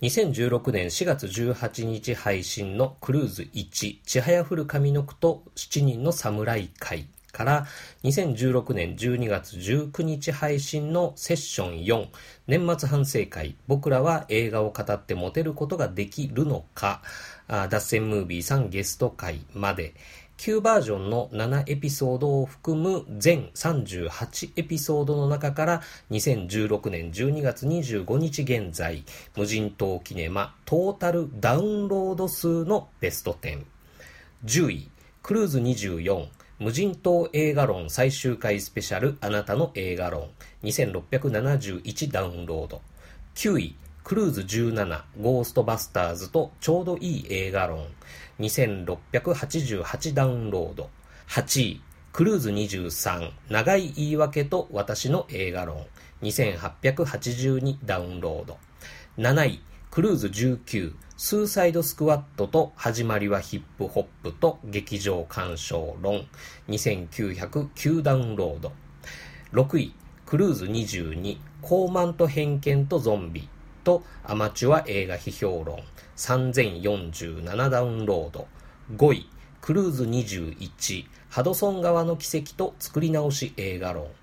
2016年4月18日配信のクルーズ1、ちはやふる上の句と7人の侍会から、2016年12月19日配信のセッション4、年末反省会、僕らは映画を語ってモテることができるのか、脱線ムービーさんゲスト会まで、旧バージョンの7エピソードを含む全38エピソードの中から2016年12月25日現在、無人島キネマトータルダウンロード数のベスト10。10位、クルーズ24、無人島映画論最終回スペシャルあなたの映画論2671ダウンロード。9位、クルーズ17、ゴーストバスターズとちょうどいい映画論2688ダウンロード。8位、クルーズ23、長い言い訳と私の映画論2882ダウンロード。7位、クルーズ19、スーサイドスクワットと始まりはヒップホップと劇場鑑賞論2909ダウンロード。6位、クルーズ22、高慢と偏見とゾンビとアマチュア映画批評論3047ダウンロード。5位、クルーズ21、ハドソン川の奇跡と作り直し映画論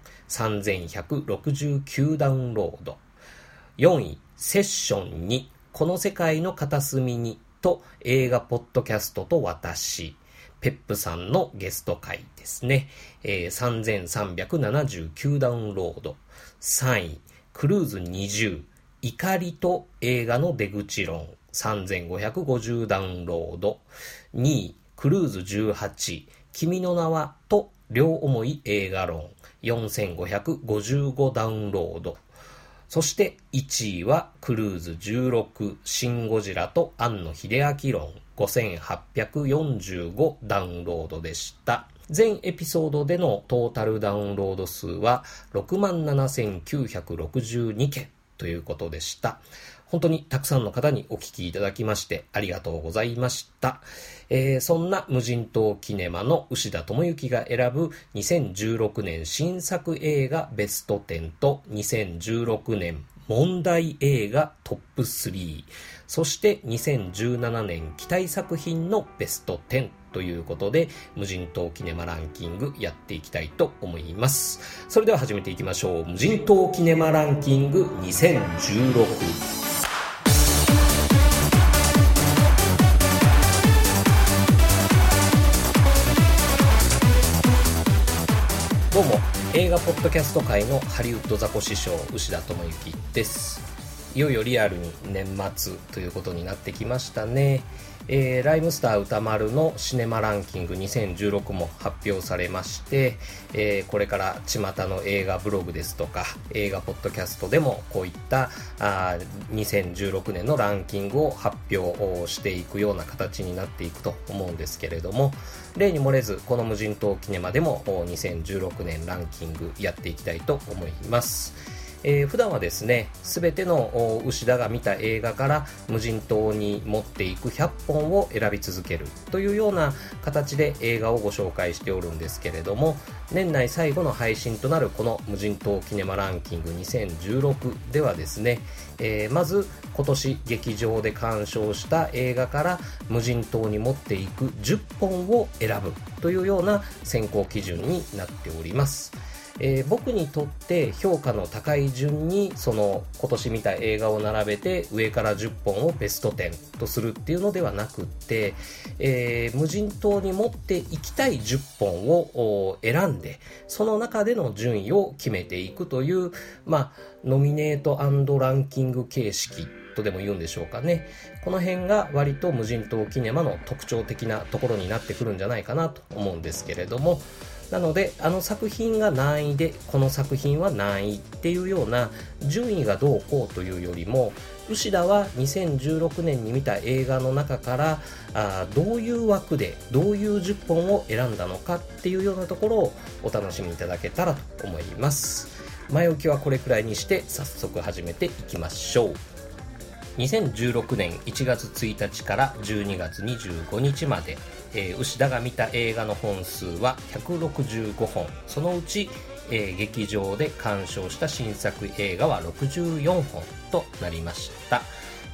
3169ダウンロード。4位、セッション2、この世界の片隅にと映画ポッドキャストと私、ペップさんのゲスト会ですね、3379ダウンロード。3位、クルーズ20、怒りと映画の出口論3550ダウンロード。2位、クルーズ18、君の名はと両思い映画論4555ダウンロード。そして1位はクルーズ16、シン・ゴジラと庵野秀明論5845ダウンロードでした。全エピソードでのトータルダウンロード数は67962件ということでした。本当にたくさんの方にお聞きいただきましてありがとうございました。そんな無人島キネマの牛田智之が選ぶ2016年新作映画ベスト10と2016年問題映画トップ3、そして2017年期待作品のベスト10ということで無人島キネマランキングやっていきたいと思います。それでは始めていきましょう。無人島キネマランキング2016。どうも、映画ポッドキャスト界のハリウッドザコ師匠牛田智之です。いよいよリアルに年末ということになってきましたね。ライムスター歌丸のシネマランキング2016も発表されまして、これから巷の映画ブログですとか映画ポッドキャストでもこういった2016年のランキングを発表していくような形になっていくと思うんですけれども、例に漏れずこの無人島キネマでも2016年ランキングやっていきたいと思います。普段はですね、すべての牛田が見た映画から無人島に持っていく100本を選び続けるというような形で映画をご紹介しておるんですけれども、年内最後の配信となるこの無人島キネマランキング2016ではですね、まず今年劇場で鑑賞した映画から無人島に持っていく10本を選ぶというような選考基準になっております。僕にとって評価の高い順にその今年見た映画を並べて上から10本をベスト10とするっていうのではなくって、無人島に持っていきたい10本を選んでその中での順位を決めていくという、ノミネート&ランキング形式とでも言うんでしょうかね。この辺が割と無人島キネマの特徴的なところになってくるんじゃないかなと思うんですけれども、なのであの作品が何位でこの作品は何位っていうような順位がどうこうというよりも、牛田は2016年に見た映画の中からどういう枠でどういう10本を選んだのかっていうようなところをお楽しみいただけたらと思います。前置きはこれくらいにして早速始めていきましょう。2016年1月1日から12月25日まで、牛田が見た映画の本数は165本、そのうち、劇場で鑑賞した新作映画は64本となりました。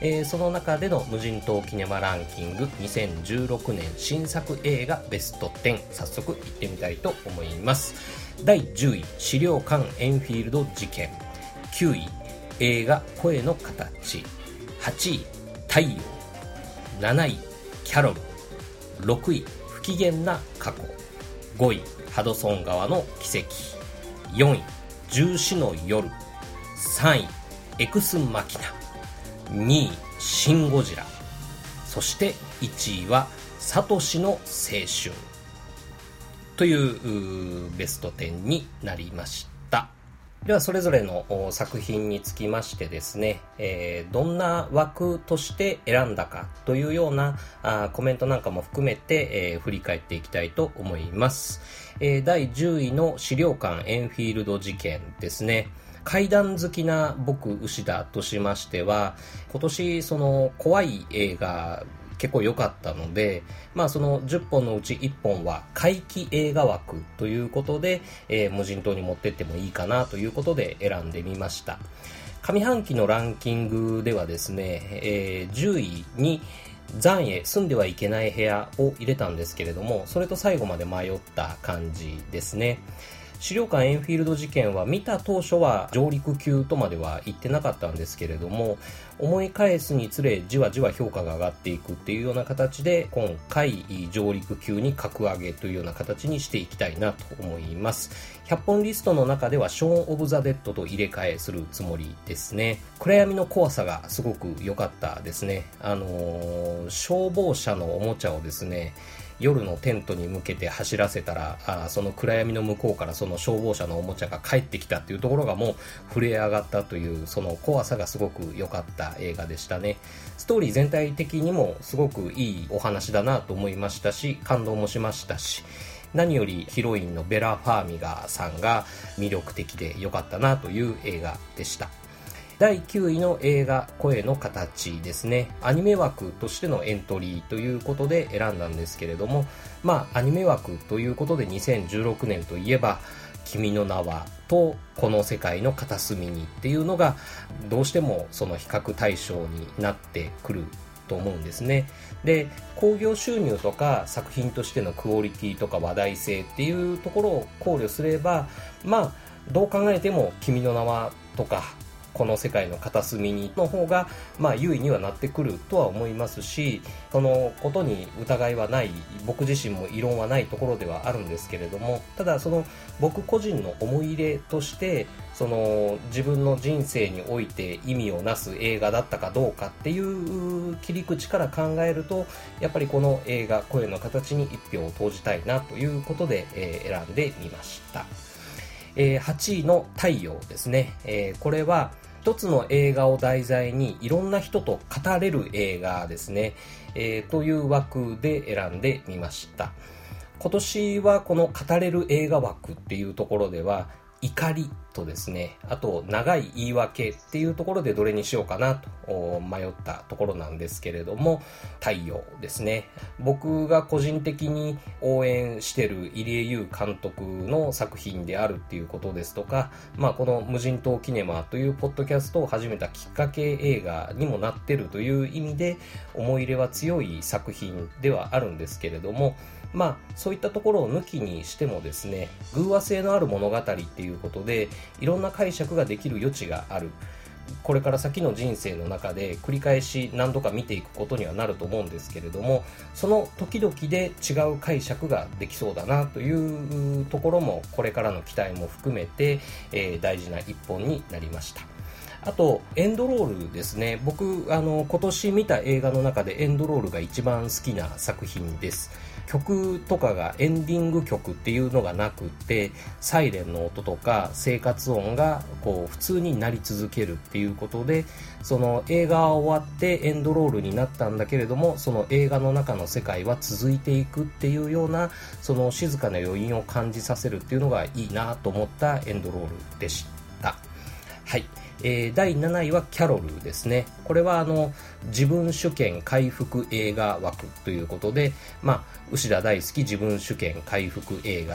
その中での無人島キネマランキング2016年新作映画ベスト10、早速いってみたいと思います。第10位資料館エンフィールド事件、9位映画声の形、8位太陽、7位キャロル、6位不機嫌な過去、5位ハドソン川の奇跡、4位十四の夜、3位エクスマキナ、2位シン・ゴジラ、そして1位はサトシの青春というベスト10になりました。ではそれぞれの作品につきましてですね、どんな枠として選んだかというようなコメントなんかも含めて、振り返っていきたいと思います。第10位の資料館エンフィールド事件ですね。怪談好きな僕牛田としましては、今年その怖い映画結構良かったので、その10本のうち1本は怪奇映画枠ということで、無人島に持ってってもいいかなということで選んでみました。上半期のランキングではですね、10位に残影住んではいけない部屋を入れたんですけれども、それと最後まで迷った感じですね。資料館エンフィールド事件は見た当初は上陸級とまでは言ってなかったんですけれども、思い返すにつれじわじわ評価が上がっていくっていうような形で、今回上陸級に格上げというような形にしていきたいなと思います。100本リストの中ではショーン・オブ・ザ・デッドと入れ替えするつもりですね。暗闇の怖さがすごく良かったですね。消防車のおもちゃをですね、夜のテントに向けて走らせたら、その暗闇の向こうからその消防車のおもちゃが帰ってきたっていうところがもう震え上がったという、その怖さがすごく良かった映画でしたね。ストーリー全体的にもすごくいいお話だなと思いましたし、感動もしましたし、何よりヒロインのベラ・ファーミガーさんが魅力的で良かったなという映画でした。第9位の映画声の形ですね。アニメ枠としてのエントリーということで選んだんですけれども、アニメ枠ということで2016年といえば君の名はとこの世界の片隅にっていうのがどうしてもその比較対象になってくると思うんですね。で、興行収入とか作品としてのクオリティとか話題性っていうところを考慮すれば、どう考えても君の名はとかこの世界の片隅にの方が優位にはなってくるとは思いますし、そのことに疑いはない、僕自身も異論はないところではあるんですけれども、ただその僕個人の思い入れとしてその自分の人生において意味をなす映画だったかどうかっていう切り口から考えると、やっぱりこの映画声の形に一票を投じたいなということで、選んでみました。8位の太陽ですね。これは一つの映画を題材にいろんな人と語れる映画ですね、という枠で選んでみました。今年はこの語れる映画枠っていうところでは怒りとですね、あと長い言い訳っていうところでどれにしようかなと迷ったところなんですけれども、太陽ですね。僕が個人的に応援してる入江優監督の作品であるっていうことですとか、この無人島キネマというポッドキャストを始めたきっかけ映画にもなってるという意味で思い入れは強い作品ではあるんですけれども、そういったところを抜きにしてもですね、偶話性のある物語っていうことでいろんな解釈ができる余地がある。これから先の人生の中で繰り返し何度か見ていくことにはなると思うんですけれども、その時々で違う解釈ができそうだなというところもこれからの期待も含めて、大事な一本になりました。あとエンドロールですね。僕今年見た映画の中でエンドロールが一番好きな作品です。曲とかがエンディング曲っていうのがなくって、サイレンの音とか生活音がこう普通に鳴り続けるっていうことで、その映画は終わってエンドロールになったんだけれども、その映画の中の世界は続いていくっていうような、その静かな余韻を感じさせるっていうのがいいなと思ったエンドロールでした。はい。第7位はキャロルですね。これは自分主権回復映画枠ということで、牛田大好き自分主権回復映画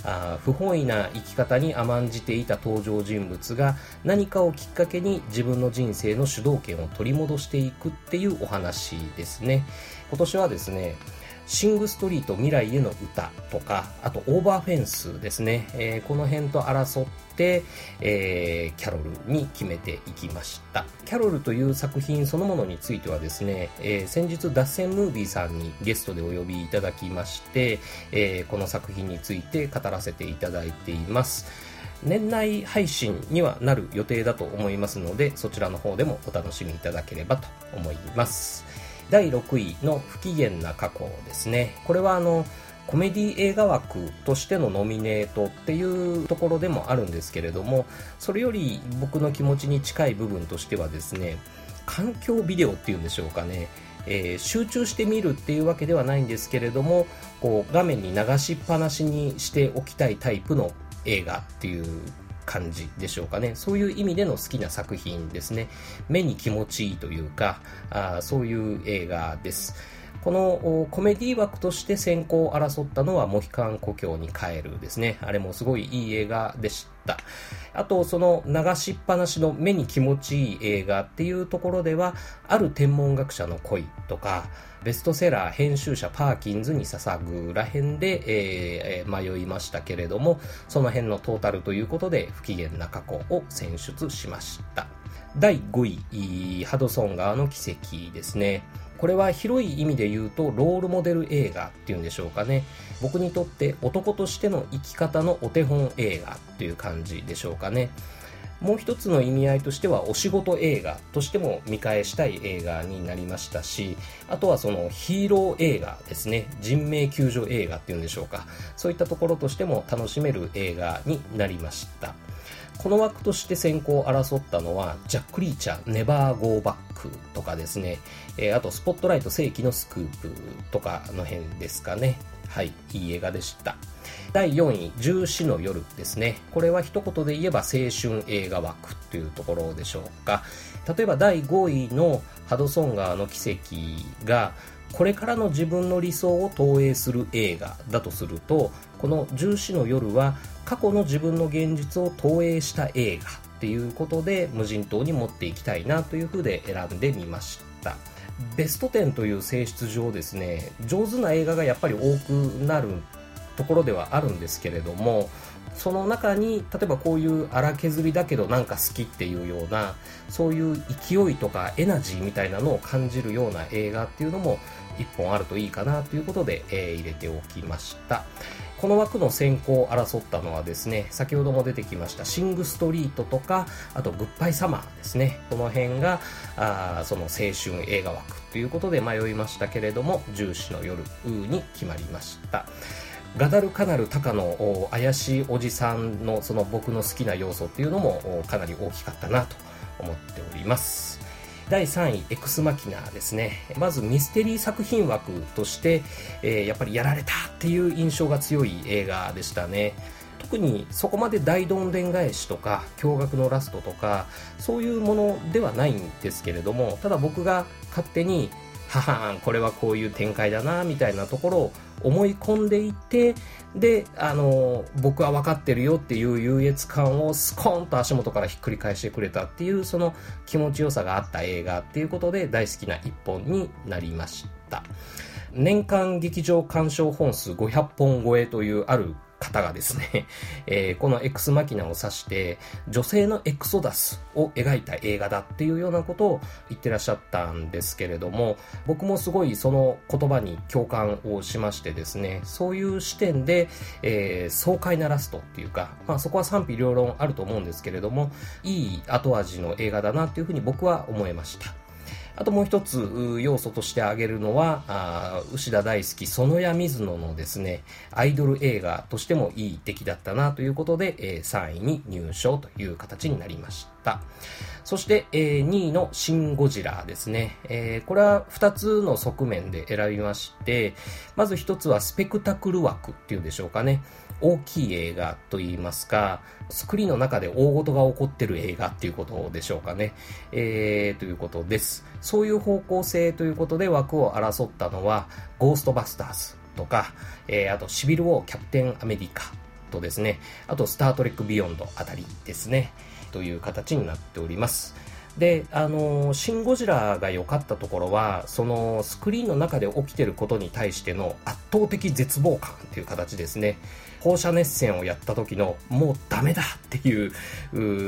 不本意な生き方に甘んじていた登場人物が何かをきっかけに自分の人生の主導権を取り戻していくっていうお話ですね。今年はですね、シングストリート未来への歌とか、あとオーバーフェンスですね、この辺と争って、キャロルに決めていきました。キャロルという作品そのものについてはですね、先日脱線ムービーさんにゲストでお呼びいただきまして、この作品について語らせていただいています。年内配信にはなる予定だと思いますので、そちらの方でもお楽しみいただければと思います。第6位の不機嫌な過去ですね。これはコメディ映画枠としてのノミネートっていうところでもあるんですけれども、それより僕の気持ちに近い部分としてはですね、環境ビデオっていうんでしょうかね、集中して見るっていうわけではないんですけれども、こう画面に流しっぱなしにしておきたいタイプの映画っていう感じでしょうかね。そういう意味での好きな作品ですね。目に気持ちいいというか、そういう映画です。このコメディ枠として選考を争ったのはモヒカン故郷に帰るですね。あれもすごいいい映画でした。あとその流しっぱなしの目に気持ちいい映画っていうところでは、ある天文学者の恋とか、ベストセラー編集者パーキンズに捧ぐら辺で、迷いましたけれども、その辺のトータルということで不機嫌な過去を選出しました。第5位、ハドソン川の奇跡ですね。これは広い意味で言うとロールモデル映画っていうんでしょうかね。僕にとって男としての生き方のお手本映画っていう感じでしょうかね。もう一つの意味合いとしてはお仕事映画としても見返したい映画になりましたし、あとはそのヒーロー映画ですね、人命救助映画っていうんでしょうか、そういったところとしても楽しめる映画になりました。この枠として選考を争ったのはジャック・リーチャーネバー・ゴー・バックとかですね、あとスポットライト世紀のスクープとかの辺ですかね。はい、いい映画でした。第4位、14の夜ですね。これは一言で言えば青春映画枠というところでしょうか。例えば第5位のハドソン川の奇跡がこれからの自分の理想を投影する映画だとすると、この14の夜は過去の自分の現実を投影した映画っていうことで無人島に持っていきたいなというふうで選んでみました。ベスト10という性質上ですね、上手な映画がやっぱり多くなるところではあるんですけれども、その中に例えばこういう荒削りだけどなんか好きっていうような、そういう勢いとかエナジーみたいなのを感じるような映画っていうのも一本あるといいかなということで、入れておきました。この枠の選考を争ったのはですね、先ほども出てきましたシングストリートとか、あとグッバイサマーですね。この辺がその青春映画枠ということで迷いましたけれども、14の夜に決まりました。ガダルカナルタカの怪しいおじさんのその僕の好きな要素っていうのもかなり大きかったなと思っております。第3位、エクスマキナですね。まずミステリー作品枠として、やっぱりやられたっていう印象が強い映画でしたね。特にそこまで大どんでん返しとか驚愕のラストとかそういうものではないんですけれども、ただ僕が勝手にこれはこういう展開だなみたいなところを思い込んでいて、で僕は分かってるよっていう優越感をスコーンと足元からひっくり返してくれたっていう、その気持ちよさがあった映画っていうことで大好きな一本になりました。年間劇場鑑賞本数500本超えというある方がですね、このエクスマキナを指して女性のエクソダスを描いた映画だっていうようなことを言ってらっしゃったんですけれども、僕もすごいその言葉に共感をしましてですね、そういう視点で、爽快なラストっていうか、そこは賛否両論あると思うんですけれども、いい後味の映画だなっていうふうに僕は思いました。あともう一つ要素として挙げるのは、牛田大好き園谷水野のですね、アイドル映画としてもいい出来だったなということで、3位に入賞という形になりました。そして、2位のシン・ゴジラですね。これは2つの側面で選びまして、まず1つはスペクタクル枠っていうんでしょうかね。大きい映画といいますか、スクリーンの中で大事が起こってる映画っていうことでしょうかね。ということです。そういう方向性ということで枠を争ったのは、ゴーストバスターズとか、あとシビル・ウォー・キャプテン・アメリカとですね、あとスタートレックビヨンドあたりですね、という形になっております。で、シン・ゴジラが良かったところは、そのスクリーンの中で起きてることに対しての圧倒的絶望感っていう形ですね。放射熱線をやった時のもうダメだっていう、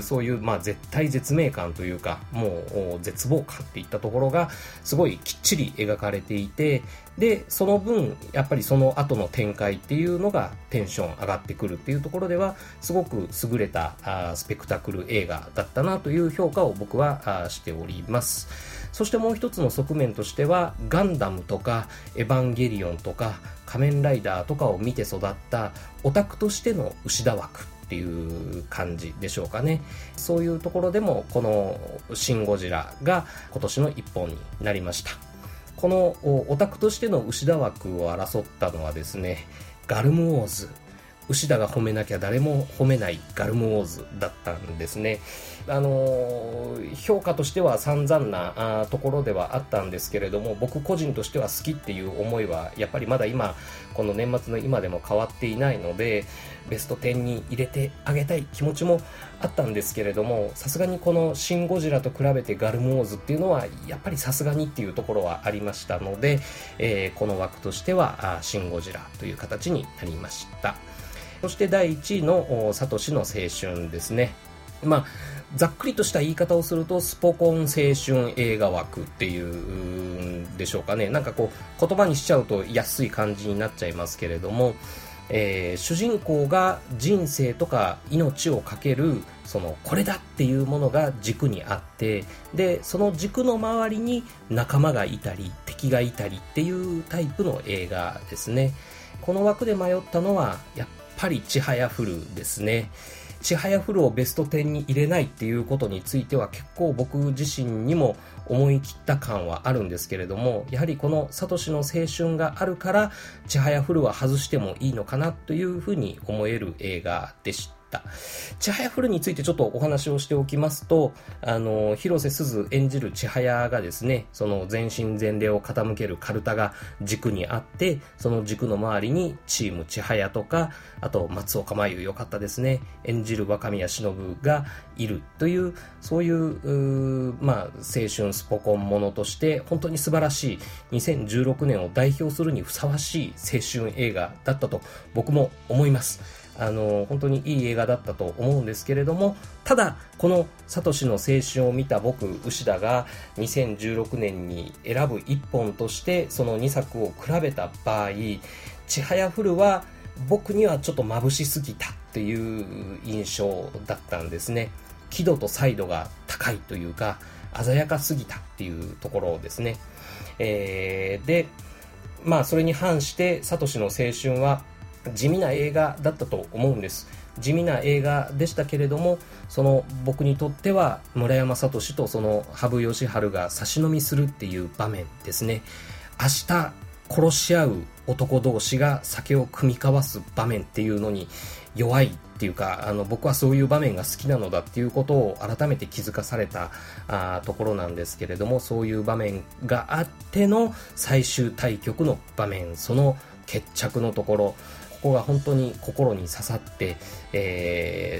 そういう絶対絶命感というか、もう絶望感っていったところがすごいきっちり描かれていて、で、その分やっぱりその後の展開っていうのがテンション上がってくるっていうところではすごく優れたスペクタクル映画だったなという評価を僕はしております。そしてもう一つの側面としては、ガンダムとかエヴァンゲリオンとか仮面ライダーとかを見て育ったオタクとしての牛田枠っていう感じでしょうかね。そういうところでもこのシン・ゴジラが今年の一本になりました。このオタクとしての牛田枠を争ったのはですね、ガルムウォーズ、牛田が褒めなきゃ誰も褒めないガルムウォーズだったんですね。評価としては散々なところではあったんですけれども、僕個人としては好きっていう思いはやっぱりまだ今この年末の今でも変わっていないので、ベスト10に入れてあげたい気持ちもあったんですけれども、さすがにこのシン・ゴジラと比べてガルムウォーズっていうのはやっぱりさすがにっていうところはありましたので、この枠としてはシン・ゴジラという形になりました。そして第1位のサトシの青春ですね。ざっくりとした言い方をするとスポコン青春映画枠っていうんでしょうかね。なんかこう言葉にしちゃうと安い感じになっちゃいますけれども、主人公が人生とか命をかけるそのこれだっていうものが軸にあって、でその軸の周りに仲間がいたり敵がいたりっていうタイプの映画ですね。この枠で迷ったのはやっぱりちはやふるですね。ちはやふるをベスト10に入れないっていうことについては結構僕自身にも思い切った感はあるんですけれども、やはりこのサトシの青春があるからちはやふるは外してもいいのかなというふうに思える映画でした。ちはやふるについてちょっとお話をしておきますと、広瀬すず演じるちはやがですね、その全身全霊を傾けるカルタが軸にあって、その軸の周りにチームちはやとか、あと松岡茉優よかったですね、演じる若宮忍がいるという、そういう青春スポコンものとして本当に素晴らしい2016年を代表するにふさわしい青春映画だったと僕も思います。本当にいい映画だったと思うんですけれども、ただこのサトシの青春を見た僕牛田が2016年に選ぶ一本としてその2作を比べた場合、ちはやふるは僕にはちょっと眩しすぎたっていう印象だったんですね。輝度と彩度が高いというか鮮やかすぎたっていうところですね。でそれに反してサトシの青春は地味な映画だったと思うんです。地味な映画でしたけれども、その僕にとっては村山聡とその羽生善治が差し飲みするっていう場面ですね。明日殺し合う男同士が酒を酌み交わす場面っていうのに弱いっていうか、僕はそういう場面が好きなのだっていうことを改めて気づかされたところなんですけれども、そういう場面があっての最終対局の場面、その決着のところ、ここが本当に心に刺さって、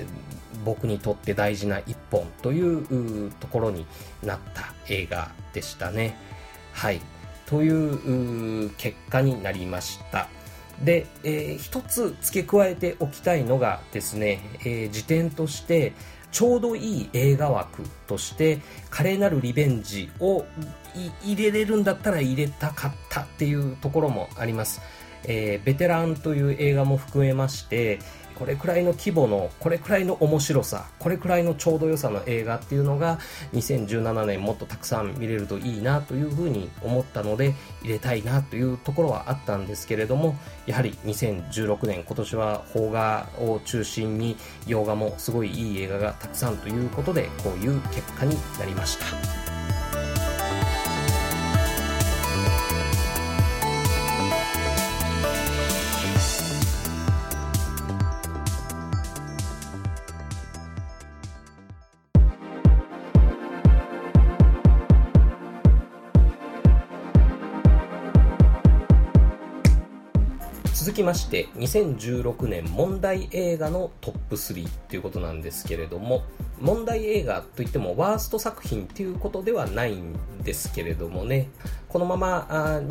僕にとって大事な一本というところになった映画でしたね。はい。という結果になりました。で、一つ付け加えておきたいのがですね、時点としてちょうどいい映画枠として華麗なるリベンジを入れれるんだったら入れたかったっていうところもあります。ベテランという映画も含めまして、これくらいの規模の、これくらいの面白さ、これくらいのちょうど良さの映画っていうのが2017年もっとたくさん見れるといいなというふうに思ったので入れたいなというところはあったんですけれども、やはり2016年今年は邦画を中心に洋画もすごいいい映画がたくさんということでこういう結果になりました。 続きまして2016年問題映画のトップ3ということなんですけれども、問題映画といってもワースト作品ということではないんですけれどもね、このまま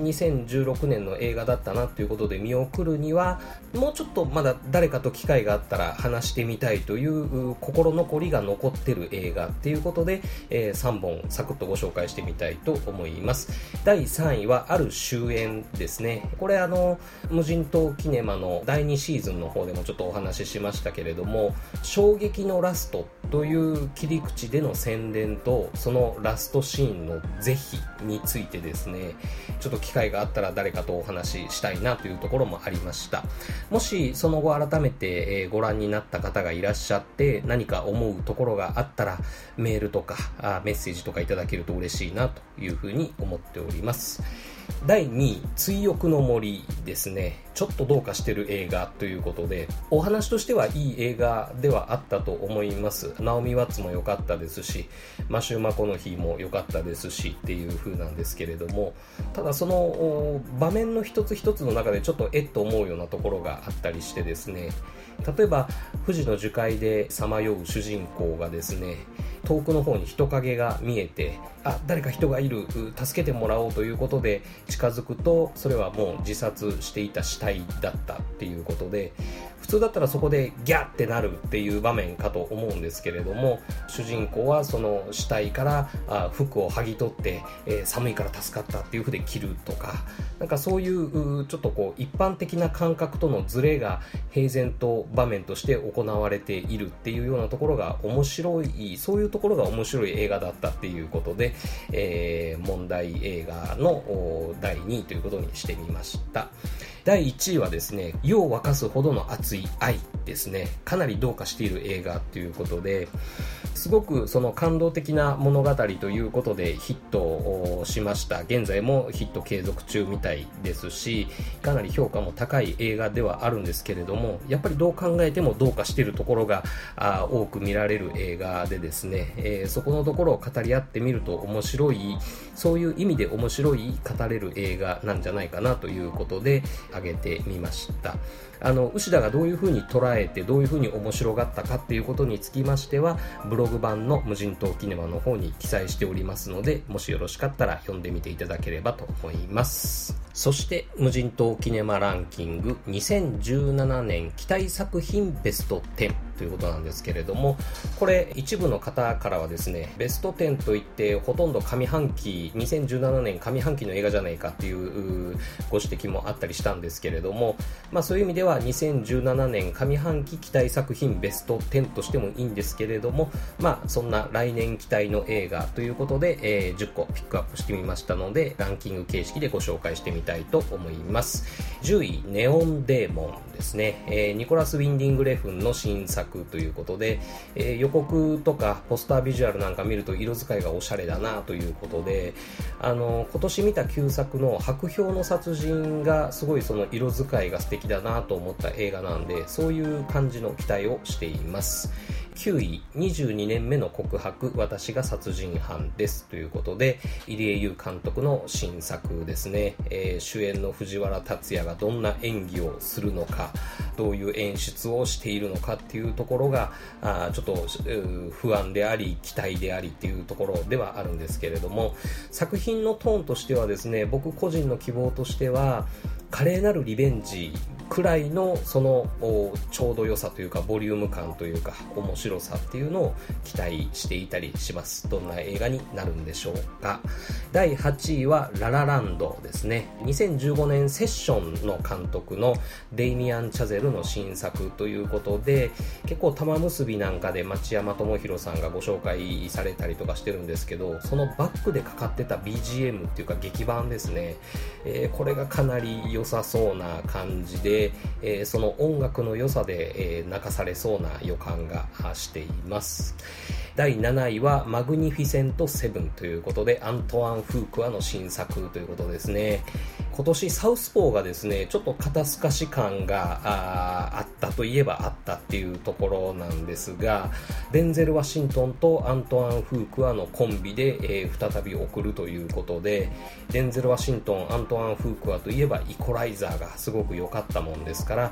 2016年の映画だったなということで見送るには、もうちょっとまだ誰かと機会があったら話してみたいという心残りが残ってる映画っていうことで、3本サクッとご紹介してみたいと思います。第3位はある終焉ですね。これ無人島キネマの第2シーズンの方でもちょっとお話ししましたけれども、衝撃のラストという切り口での宣伝とそのラストシーンの是非についてですね、ちょっと機会があったら誰かとお話ししたいなというところもありました。もしその後改めてご覧になった方がいらっしゃって何か思うところがあったらメールとかメッセージとかいただけると嬉しいなというふうに思っております。第2位、追憶の森ですね。ちょっとどうかしてる映画ということで、お話としてはいい映画ではあったと思います。ナオミ・ワッツも良かったですし、マシュー・マコノヒーも良かったですしっていう風なんですけれども、ただその場面の一つ一つの中でちょっとと思うようなところがあったりしてですね、例えば富士の樹海でさまよう主人公がですね、遠くの方に人影が見えて、誰か人がいる、助けてもらおうということで近づくと、それはもう自殺していた死体だったっていうことで、普通だったらそこでギャッってなるっていう場面かと思うんですけれども、主人公はその死体から服を剥ぎ取って、寒いから助かったっていう風で着るとか、なんかそういうちょっとこう一般的な感覚とのズレが平然と場面として行われているっていうようなところが面白い、そういうところが面白い映画だったっていうことで、問題映画の第2位ということにしてみました。第1位はですね、湯を沸かすほどの熱い愛ですね。かなりどうかしている映画ということで、すごくその感動的な物語ということでヒットをしました。現在もヒット継続中みたいですし、かなり評価も高い映画ではあるんですけれども、やっぱりどう考えてもどうかしているところが多く見られる映画でですね、そこのところを語り合ってみると面白い、そういう意味で面白い語れる映画なんじゃないかなということで挙げてみました。牛田がどういう風に捉えてどういう風に面白がったかっていうことにつきましては、ブログ版の無人島キネマの方に記載しておりますので、もしよろしかったら読んでみていただければと思います。そして無人島キネマランキング2017年期待作品ベスト10ということなんですけれども、これ一部の方からはですね、ベスト10といってほとんど上半期、2017年上半期の映画じゃないかっていうご指摘もあったりしたんですけれども、そういう意味では2017年上半期期待作品ベスト10としてもいいんですけれども、そんな来年期待の映画ということで、10個ピックアップしてみましたので、ランキング形式でご紹介してみたいと思います。10位、ネオンデーモンですね。ニコラス・ウィンディング・レフンの新作ということで、予告とかポスタービジュアルなんか見ると色使いがおしゃれだなということで、今年見た旧作の白氷の殺人がすごいその色使いが素敵だなと思った映画なんで、そういう感じの期待をしています。9位、22年目の告白、私が殺人犯ですということで、入江優監督の新作ですね。主演の藤原竜也がどんな演技をするのか、どういう演出をしているのかっていうところがちょっと不安であり期待でありっていうところではあるんですけれども、作品のトーンとしてはですね、僕個人の希望としては華麗なるリベンジくらいのそのちょうど良さというかボリューム感というか面白さっていうのを期待していたりします。どんな映画になるんでしょうか。第8位はララランドですね。2015年セッションの監督のデイミアン・チャゼルの新作ということで、結構玉結びなんかで町山智博さんがご紹介されたりとかしてるんですけど、そのバックでかかってた BGM っていうか劇版ですね、これがかなり良さそうな感じで、その音楽の良さで、泣かされそうな予感がしています。第7位はマグニフィセント7ということで、アントワン・フークアの新作ということですね。 今年サウスポーがですね、ちょっと肩透かし感があったといえばあったっていうところなんですが、デンゼル・ワシントンとアントワン・フークアのコンビで、再び送るということで、デンゼル・ワシントン、アントワン・フークアといえばイコライザーがすごく良かったもんですから、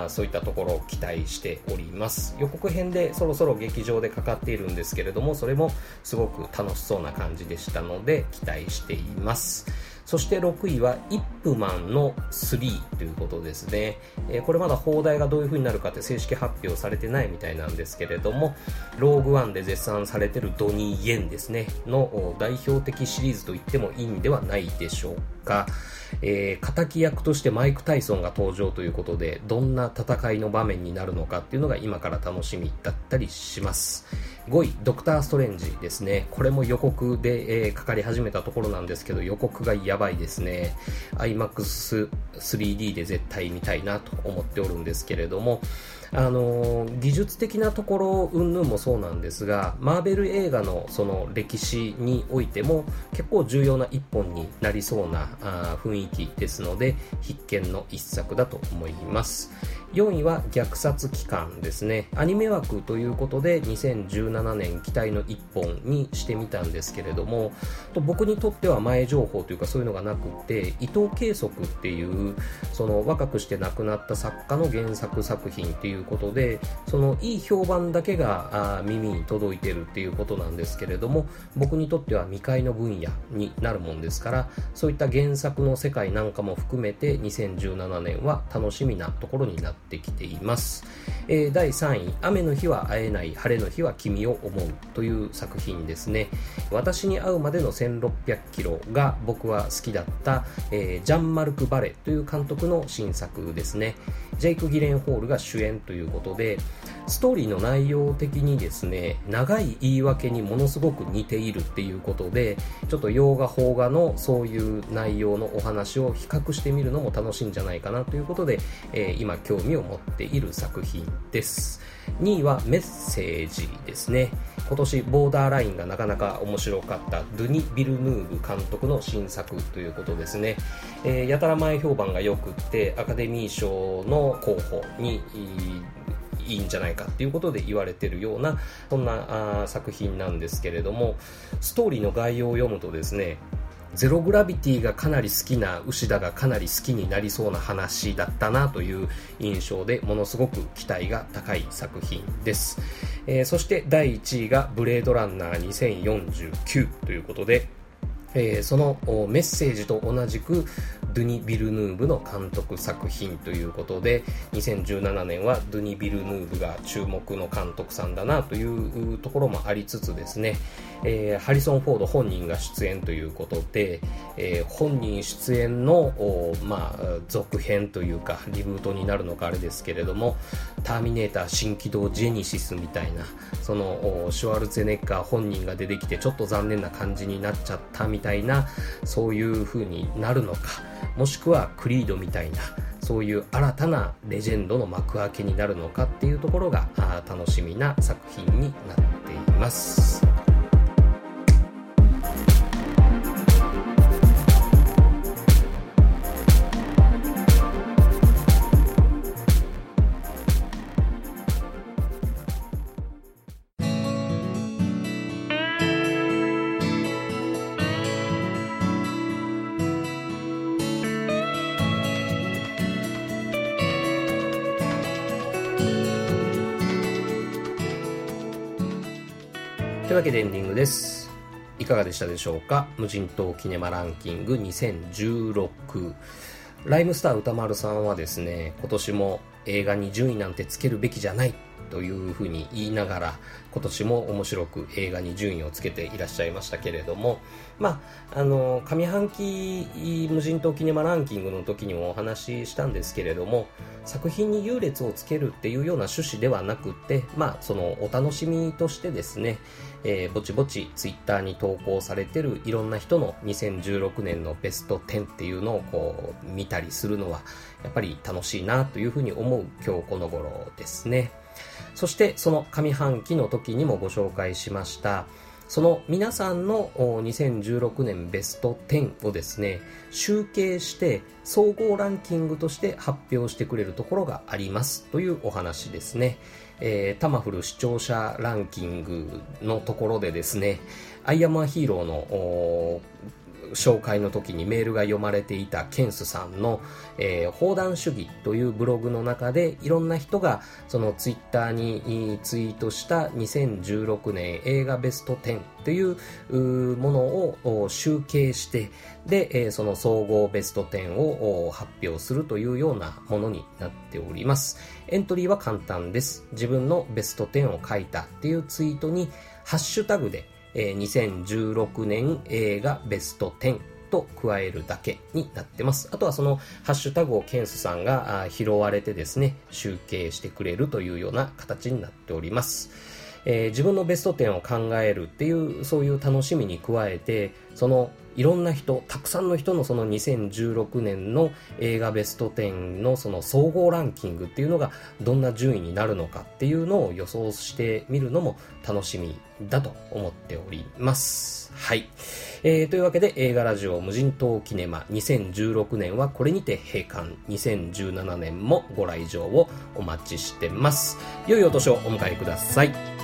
そういったところを期待しております。予告編でそろそろ劇場でかかっているんですけれども、それもすごく楽しそうな感じでしたので期待しています。そして6位はイップマンの3ということですね。これまだ放題がどういう風になるかって正式発表されてないみたいなんですけれども、ローグワンで絶賛されているドニー・イエンですねの代表的シリーズと言ってもいいんではないでしょうか。敵役としてマイク・タイソンが登場ということで、どんな戦いの場面になるのかっていうのが今から楽しみだったりします。5位、ドクター・ストレンジですね。これも予告で、かかり始めたところなんですけど、予告がやばいですね。IMAX3D で絶対見たいなと思っておるんですけれども、技術的なところ云々もそうなんですが、マーベル映画のその歴史においても結構重要な一本になりそうな雰囲気ですので、必見の一作だと思います。4位は虐殺機関ですね。アニメ枠ということで2017年期待の一本にしてみたんですけれども、僕にとっては前情報というかそういうのがなくて、伊藤圭則っていうその若くして亡くなった作家の原作作品っていうことで、そのいい評判だけが耳に届いてるっていうことなんですけれども、僕にとっては未開の分野になるもんですから、そういった原作の世界なんかも含めて2017年は楽しみなところになってきています。第3位、雨の日は会えない、晴れの日は君を思うという作品ですね。私に会うまでの1600キロが僕は好きだった、ジャン・マルク・バレという監督の新作ですね。ジェイク・ギレンホールが主演ということで、ストーリーの内容的にですね、長い言い訳にものすごく似ているっていうことで、ちょっと洋画邦画のそういう内容のお話を比較してみるのも楽しいんじゃないかなということで、今興味を持っている作品です。2位はメッセージですね。今年ボーダーラインがなかなか面白かったドゥニ・ビルヌーブ監督の新作ということですね。やたら前評判が良くってアカデミー賞の候補にいいんじゃないかっていうことで言われているようなそんな作品なんですけれども、ストーリーの概要を読むとですね、ゼログラビティがかなり好きな牛田がかなり好きになりそうな話だったなという印象で、ものすごく期待が高い作品です。そして第1位がブレードランナー2049ということで、そのメッセージと同じくドゥニ・ビルヌーブの監督作品ということで、2017年はドゥニ・ビルヌーブが注目の監督さんだなというところもありつつですね、ハリソン・フォード本人が出演ということで、本人出演の続編というかリブートになるのかあれですけれども、ターミネーター新起動ジェニシスみたいな、そのシュワルツェネッガー本人が出てきてちょっと残念な感じになっちゃったみたいな、そういう風になるのか、もしくはクリードみたいなそういう新たなレジェンドの幕開けになるのかっていうところが楽しみな作品になっています。というわけでエンディングです。いかがでしたでしょうか。無人島キネマランキング2016、ライムスター歌丸さんはですね、今年も映画に順位なんてつけるべきじゃないというふうに言いながら、今年も面白く映画に順位をつけていらっしゃいましたけれども、上半期無人島キネマランキングの時にもお話ししたんですけれども、作品に優劣をつけるっていうような趣旨ではなくて、そのお楽しみとしてですね、ぼちぼちツイッターに投稿されてるいろんな人の2016年のベスト10っていうのをこう見たりするのはやっぱり楽しいなというふうに思う今日この頃ですね。そしてその上半期の時にもご紹介しましたその皆さんの2016年ベスト10をですね、集計して総合ランキングとして発表してくれるところがありますというお話ですね。タマフル視聴者ランキングのところでですね、アイアムアヒーローの紹介の時にメールが読まれていたケンスさんの、砲弾主義というブログの中で、いろんな人がそのツイッターにツイートした2016年映画ベスト10というものを集計して、で、その総合ベスト10を発表するというようなものになっております。エントリーは簡単です。自分のベスト10を書いたっていうツイートにハッシュタグで2016年映画ベスト10と加えるだけになってます。あとはそのハッシュタグをケンスさんが拾われてですね、集計してくれるというような形になっております。自分のベスト10を考えるっていうそういう楽しみに加えて、そのいろんな人、たくさんの人のその2016年の映画ベスト10のその総合ランキングっていうのがどんな順位になるのかっていうのを予想してみるのも楽しみだと思っております。はい。というわけで映画ラジオ無人島キネマ2016年はこれにて閉館。2017年もご来場をお待ちしてます。良いお年をお迎えください。